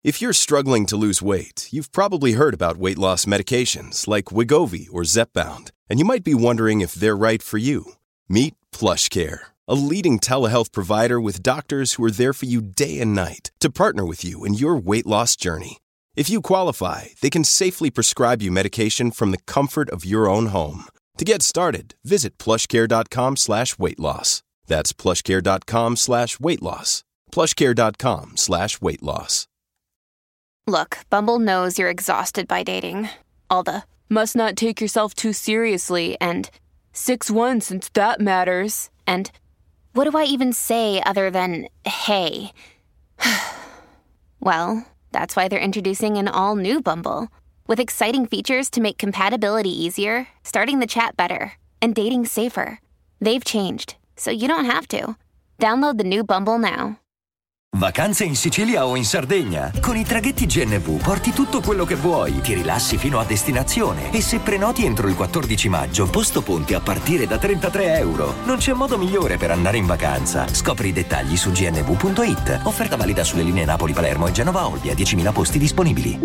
If you're struggling to lose weight, you've probably heard about weight loss medications like Wegovy or Zepbound, and you might be wondering if they're right for you. Meet PlushCare, a leading telehealth provider with doctors who are there for you day and night to partner with you in your weight loss journey. If you qualify, they can safely prescribe you medication from the comfort of your own home. To get started, visit plushcare.com/weightloss. That's plushcare.com/weightloss. plushcare.com/weightloss. Look, Bumble knows you're exhausted by dating. All the must not take yourself too seriously and 6'1" since that matters. And what do I even say other than hey? Well, that's why they're introducing an all-new Bumble with exciting features to make compatibility easier, starting the chat better, and dating safer. They've changed, so you don't have to. Download the new Bumble now. Vacanze in Sicilia o in Sardegna? Con i traghetti GNV porti tutto quello che vuoi, ti rilassi fino a destinazione e se prenoti entro il 14 maggio, posto ponti a partire da €33. Non c'è modo migliore per andare in vacanza. Scopri i dettagli su gnv.it. Offerta valida sulle linee Napoli-Palermo e Genova-Olbia, 10.000 posti disponibili.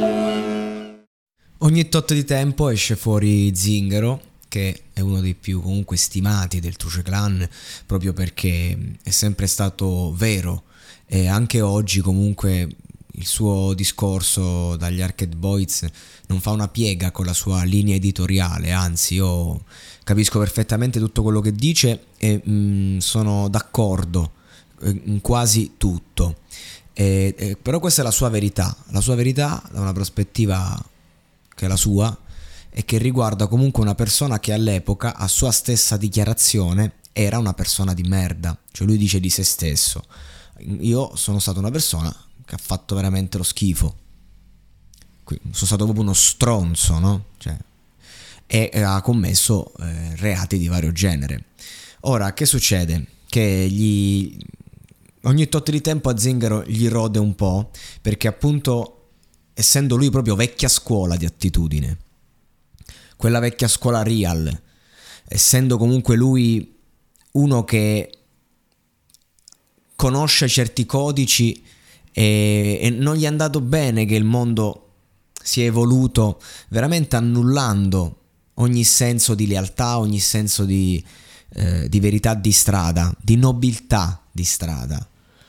Ogni tot di tempo esce fuori Zingaro, che è uno dei più comunque stimati del Truce Clan, proprio perché è sempre stato vero. E anche oggi comunque il suo discorso dagli Arcade Boys non fa una piega con la sua linea editoriale, anzi io capisco perfettamente tutto quello che dice e sono d'accordo in quasi tutto, però questa è la sua verità da una prospettiva che è la sua e che riguarda comunque una persona che all'epoca, a sua stessa dichiarazione, era una persona di merda, cioè lui dice di se stesso: io sono stata una persona che ha fatto veramente lo schifo, sono stato proprio uno stronzo, no? Cioè, e ha commesso reati di vario genere. Ora, che succede? Che ogni tot di tempo a Zingaro gli rode un po', perché appunto, essendo lui proprio vecchia scuola di attitudine, quella vecchia scuola real, essendo comunque lui uno che conosce certi codici e non gli è andato bene che il mondo si è evoluto veramente annullando ogni senso di lealtà, ogni senso di verità di strada, di nobiltà di strada.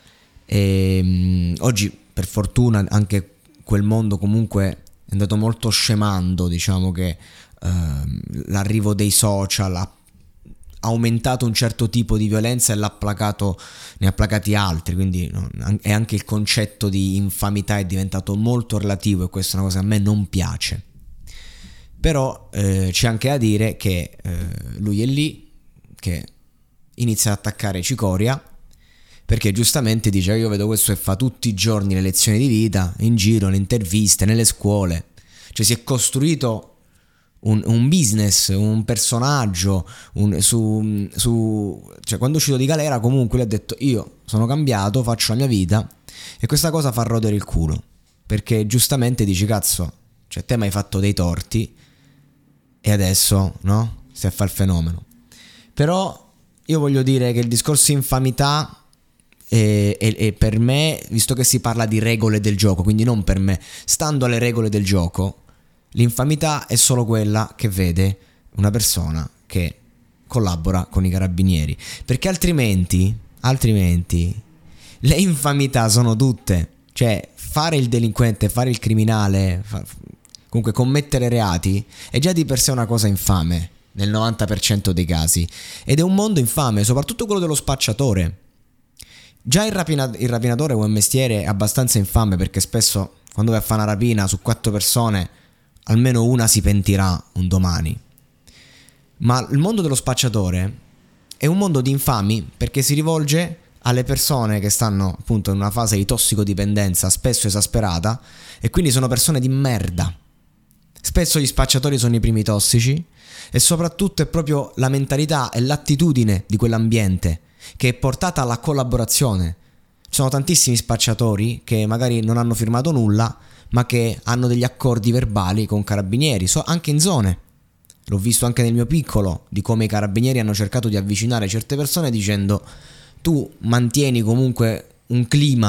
Oggi per fortuna anche quel mondo comunque è andato molto scemando, diciamo che l'arrivo dei social ha aumentato un certo tipo di violenza e ne ha placati altri, quindi è anche il concetto di infamità è diventato molto relativo e questa è una cosa che a me non piace. Però c'è anche da dire che lui è lì che inizia ad attaccare Cicoria, perché giustamente dice: io vedo questo che fa tutti i giorni le lezioni di vita in giro, le interviste, nelle scuole, cioè si è costruito un business, un personaggio, cioè quando è uscito di galera comunque lui ha detto: io sono cambiato, faccio la mia vita, e questa cosa fa rodere il culo, perché giustamente dici: cazzo, cioè te mi hai fatto dei torti e adesso no? Stai a fare il fenomeno. Però io voglio dire che il discorso infamità è per me, visto che si parla di regole del gioco, quindi non per me, stando alle regole del gioco, l'infamità è solo quella che vede una persona che collabora con i carabinieri, perché altrimenti le infamità sono tutte, cioè fare il delinquente, fare il criminale, comunque commettere reati è già di per sé una cosa infame nel 90% dei casi, ed è un mondo infame, soprattutto quello dello spacciatore. Già il rapinatore è un mestiere abbastanza infame, perché spesso quando vai a fare una rapina su 4 persone almeno una si pentirà un domani. Ma il mondo dello spacciatore è un mondo di infami, perché si rivolge alle persone che stanno appunto in una fase di tossicodipendenza spesso esasperata, e quindi sono persone di merda. Spesso gli spacciatori sono i primi tossici, e soprattutto è proprio la mentalità e l'attitudine di quell'ambiente che è portata alla collaborazione. Ci sono tantissimi spacciatori che magari non hanno firmato nulla, ma che hanno degli accordi verbali con carabinieri, anche in zone. L'ho visto anche nel mio piccolo, di come i carabinieri hanno cercato di avvicinare certe persone dicendo: tu mantieni comunque un clima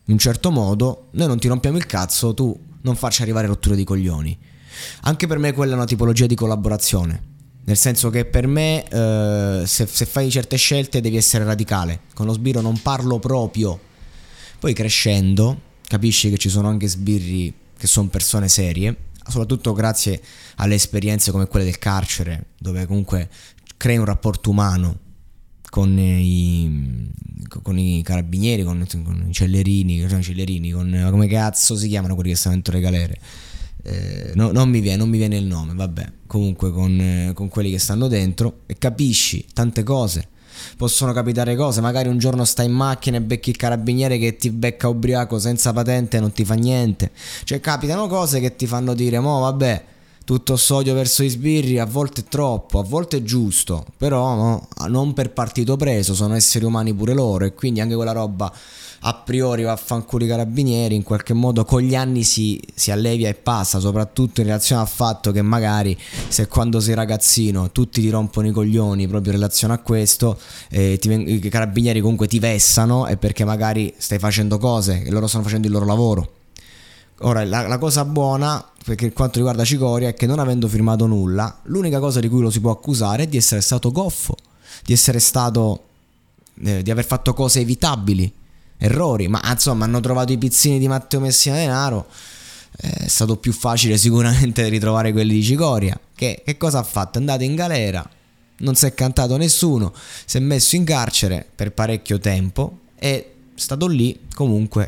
in un certo modo, noi non ti rompiamo il cazzo, tu non faccia arrivare rotture di coglioni. Anche per me quella è una tipologia di collaborazione, nel senso che per me se fai certe scelte devi essere radicale. Con lo sbirro non parlo proprio. Poi crescendo capisci che ci sono anche sbirri che sono persone serie, soprattutto grazie alle esperienze come quelle del carcere, dove comunque crei un rapporto umano con i carabinieri, con i cellerini, come cazzo si chiamano quelli che stanno dentro le galere. Non mi viene il nome, vabbè, comunque con quelli che stanno dentro, e capisci tante cose. Possono capitare cose, magari un giorno stai in macchina e becchi il carabiniere che ti becca ubriaco senza patente e non ti fa niente. Cioè capitano cose che ti fanno dire vabbè, tutto sodio verso i sbirri, a volte è troppo, a volte è giusto, però no, non per partito preso, sono esseri umani pure loro, e quindi anche quella roba a priori vaffanculo i carabinieri in qualche modo con gli anni si allevia e passa, soprattutto in relazione al fatto che magari se quando sei ragazzino tutti ti rompono i coglioni proprio in relazione a questo, i carabinieri comunque ti vessano, è perché magari stai facendo cose e loro stanno facendo il loro lavoro. Ora la cosa buona per quanto riguarda Cicoria è che, non avendo firmato nulla, l'unica cosa di cui lo si può accusare è di essere stato goffo, di essere stato di aver fatto cose evitabili, errori, ma insomma hanno trovato i pizzini di Matteo Messina Denaro, è stato più facile sicuramente ritrovare quelli di Cicoria. Che cosa ha fatto? È andato in galera, non si è cantato nessuno, si è messo in carcere per parecchio tempo, è stato lì comunque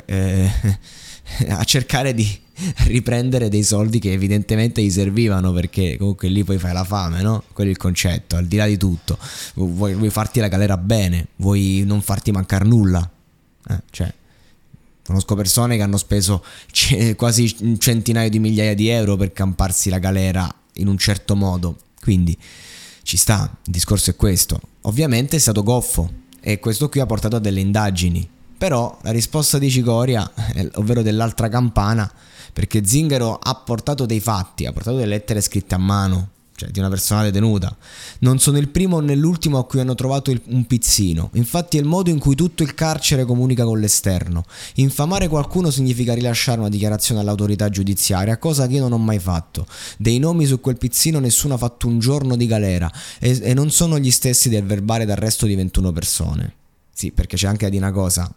a cercare di riprendere dei soldi che evidentemente gli servivano, perché comunque lì poi fai la fame, no? Quello è il concetto, al di là di tutto. Vuoi farti la galera bene, vuoi non farti mancare nulla. Cioè, conosco persone che hanno speso quasi un centinaio di migliaia di euro per camparsi la galera in un certo modo, quindi ci sta, il discorso è questo. Ovviamente è stato goffo e questo qui ha portato a delle indagini, però la risposta di Cicoria, ovvero dell'altra campana, perché Zingaro ha portato dei fatti, ha portato delle lettere scritte a mano, cioè di una persona detenuta. Non sono il primo né l'ultimo a cui hanno trovato un pizzino. Infatti è il modo in cui tutto il carcere comunica con l'esterno. Infamare qualcuno significa rilasciare una dichiarazione all'autorità giudiziaria, cosa che io non ho mai fatto. Dei nomi su quel pizzino nessuno ha fatto un giorno di galera e non sono gli stessi del verbale d'arresto di 21 persone. Sì, perché c'è anche da dire una cosa.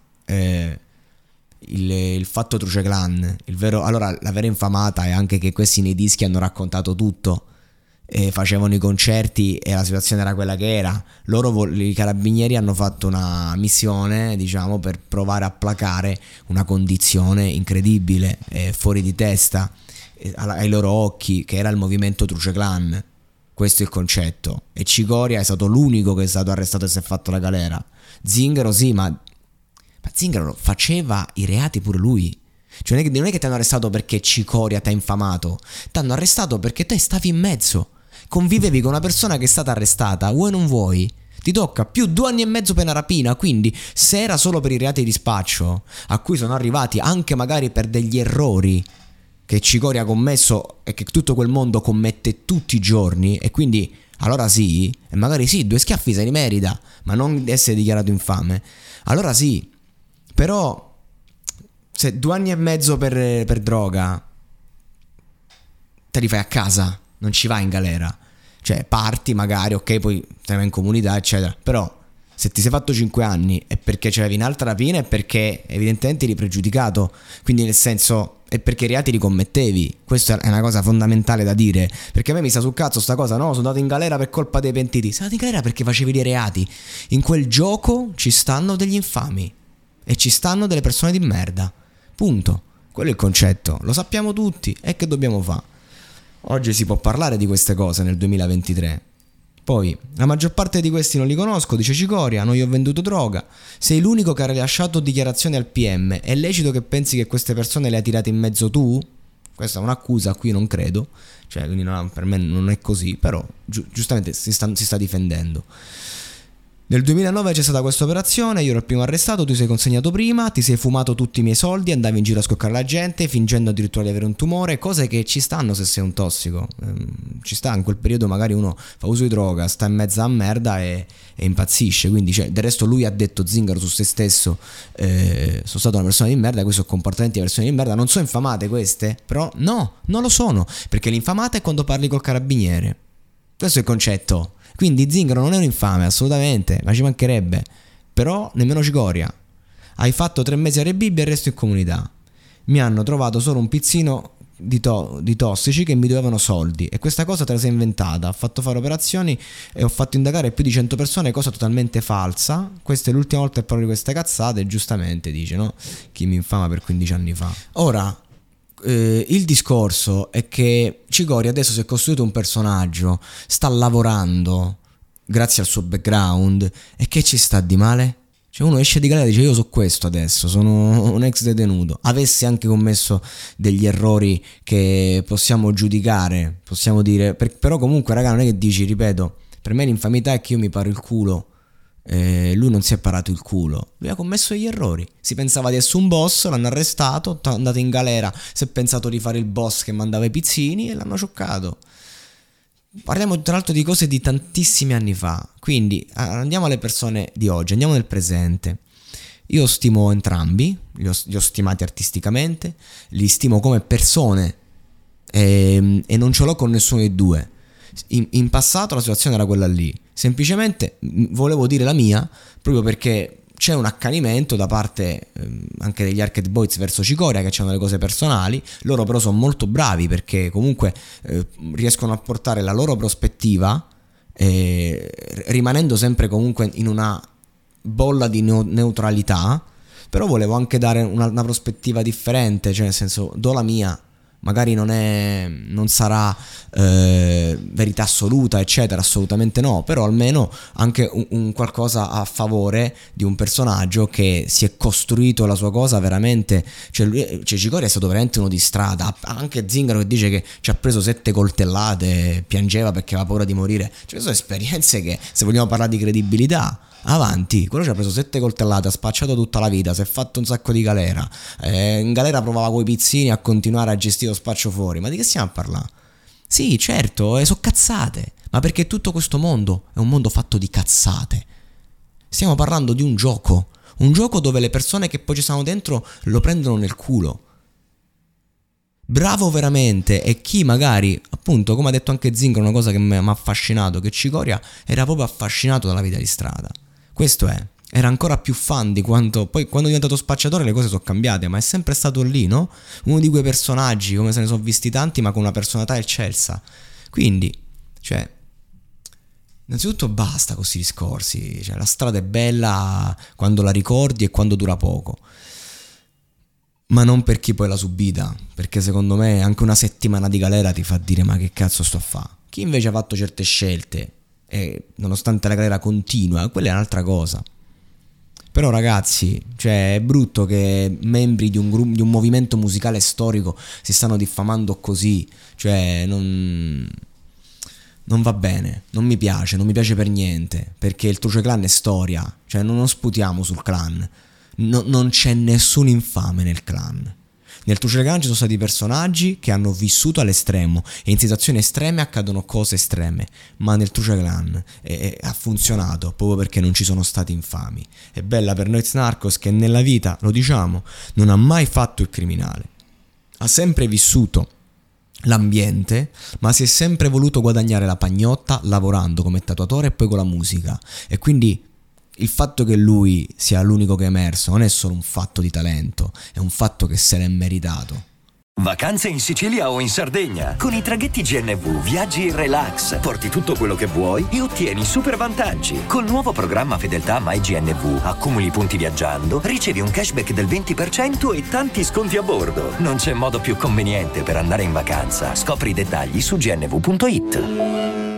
Il fatto Truce Clan, allora la vera infamata è anche che questi nei dischi hanno raccontato tutto, facevano i concerti e la situazione era quella che era. I carabinieri hanno fatto una missione, diciamo, per provare a placare una condizione incredibile, fuori di testa ai loro occhi, che era il movimento Truce Clan. Questo è il concetto. E Cicoria è stato l'unico che è stato arrestato e si è fatto la galera. Zingaro sì, ma Zingaro faceva i reati pure lui. Cioè non è che ti hanno arrestato perché Cicoria ti ha infamato, ti hanno arrestato perché te stavi in mezzo, convivevi con una persona che è stata arrestata, vuoi non vuoi, ti tocca più 2 anni e mezzo pena rapina. Quindi se era solo per i reati di spaccio, a cui sono arrivati anche magari per degli errori che Cicoria ha commesso e che tutto quel mondo commette tutti i giorni, e quindi allora sì, e magari sì, 2 schiaffi se li merita, ma non essere dichiarato infame, allora sì. Però se 2 anni e mezzo per droga te li fai a casa, non ci vai in galera. Cioè parti magari, ok, poi te ne vai in comunità eccetera, però se ti sei fatto 5 anni è perché c'avevi un'altra rapina e perché evidentemente eri pregiudicato, quindi nel senso è perché i reati li commettevi. Questa è una cosa fondamentale da dire, perché a me mi sta sul cazzo sta cosa, no, sono andato in galera per colpa dei pentiti. Sei andato in galera perché facevi dei reati. In quel gioco ci stanno degli infami e ci stanno delle persone di merda, punto. Quello è il concetto, lo sappiamo tutti. E che dobbiamo fare? Oggi si può parlare di queste cose nel 2023. Poi la maggior parte di questi non li conosco, dice Cicoria, non gli ho venduto droga. Sei l'unico che ha rilasciato dichiarazioni al PM. È lecito che pensi che queste persone le hai tirate in mezzo tu? Questa è un'accusa a cui non credo, cioè quindi per me non è così, però giustamente si sta difendendo. Nel 2009 c'è stata questa operazione, io ero il primo arrestato, tu sei consegnato prima, ti sei fumato tutti i miei soldi, andavi in giro a scoccare la gente, fingendo addirittura di avere un tumore, cose che ci stanno se sei un tossico. Ci sta, in quel periodo magari uno fa uso di droga, sta in mezzo a merda e impazzisce, quindi del resto lui ha detto, Zingaro, su se stesso, sono stato una persona di merda, questi sono comportamenti di persone di merda, non sono infamate queste? Però no, non lo sono, perché l'infamata è quando parli col carabiniere. Questo è il concetto. Quindi Zingaro non è un infame, assolutamente, ma ci mancherebbe. Però nemmeno cicoria. Hai fatto 3 mesi a Rebibbia e il resto in comunità. Mi hanno trovato solo un pizzino di tossici che mi dovevano soldi, e questa cosa te la sei inventata. Ho fatto fare operazioni e ho fatto indagare più di 100 persone, cosa totalmente falsa. Questa è l'ultima volta che parlo di queste cazzate, e giustamente dice, no? Chi mi infama per 15 anni fa. Ora, il discorso è che Cicoria adesso si è costruito un personaggio, sta lavorando grazie al suo background, e che ci sta di male? Cioè uno esce di galera e dice io so questo adesso, sono un ex detenuto, avessi anche commesso degli errori che possiamo giudicare, possiamo dire, però comunque raga non è che dici, ripeto, per me l'infamità è che io mi paro il culo. Lui non si è parato il culo, lui ha commesso gli errori, si pensava di essere un boss, l'hanno arrestato, è andato in galera, si è pensato di fare il boss che mandava i pizzini e l'hanno cioccato. Parliamo tra l'altro di cose di tantissimi anni fa, quindi andiamo alle persone di oggi, andiamo nel presente. Io stimo entrambi, li ho stimati artisticamente, li stimo come persone, e non ce l'ho con nessuno dei due. In passato la situazione era quella lì, semplicemente volevo dire la mia, proprio perché c'è un accanimento da parte anche degli Arcade Boys verso Cicoria, che hanno le cose personali. Loro però sono molto bravi, perché comunque riescono a portare la loro prospettiva, rimanendo sempre comunque in una bolla di neutralità. Però volevo anche dare una prospettiva differente, cioè nel senso, do la mia, magari non sarà verità assoluta eccetera, assolutamente no, però almeno anche un qualcosa a favore di un personaggio che si è costruito la sua cosa veramente, cioè Cicoria è stato veramente uno di strada. Anche Zingaro che dice che ci ha preso 7 coltellate, piangeva perché aveva paura di morire, cioè sono esperienze che, se vogliamo parlare di credibilità, avanti, quello ci ha preso 7 coltellate, ha spacciato tutta la vita, si è fatto un sacco di galera, in galera provava coi pizzini a continuare a gestire lo spaccio fuori. Ma di che stiamo a parlare? Sì, certo, sono cazzate, ma perché tutto questo mondo è un mondo fatto di cazzate. Stiamo parlando di un gioco dove le persone che poi ci stanno dentro lo prendono nel culo. Bravo veramente. E chi magari, appunto, come ha detto anche Zingaro, una cosa che mi ha affascinato, che Cicoria era proprio affascinato dalla vita di strada. Questo era ancora più fan di quanto, poi quando è diventato spacciatore le cose sono cambiate, ma è sempre stato lì, no? Uno di quei personaggi, come se ne sono visti tanti, ma con una personalità eccelsa. Quindi, cioè, innanzitutto basta con questi discorsi, cioè la strada è bella quando la ricordi e quando dura poco, ma non per chi poi l'ha subita, perché secondo me anche una settimana di galera ti fa dire ma che cazzo sto a fa'. Chi invece ha fatto certe scelte e nonostante la galera continua, quella è un'altra cosa. Però ragazzi, cioè è brutto che membri di un movimento musicale storico si stanno diffamando così, cioè non va bene, non mi piace per niente, perché il Truce Clan è storia, cioè non sputiamo sul clan, non c'è nessun infame nel clan. Nel Truce Clan ci sono stati personaggi che hanno vissuto all'estremo e in situazioni estreme accadono cose estreme, ma nel Truce Clan ha funzionato proprio perché non ci sono stati infami. È bella per Noiz Narcos che nella vita, lo diciamo, non ha mai fatto il criminale, ha sempre vissuto l'ambiente, ma si è sempre voluto guadagnare la pagnotta lavorando come tatuatore e poi con la musica. E quindi il fatto che lui sia l'unico che è emerso non è solo un fatto di talento, è un fatto che se l'è meritato. Vacanze in Sicilia o in Sardegna. Con i traghetti GNV viaggi in relax, porti tutto quello che vuoi e ottieni super vantaggi. Col nuovo programma Fedeltà MyGNV accumuli punti viaggiando, ricevi un cashback del 20% e tanti sconti a bordo. Non c'è modo più conveniente per andare in vacanza. Scopri i dettagli su gnv.it.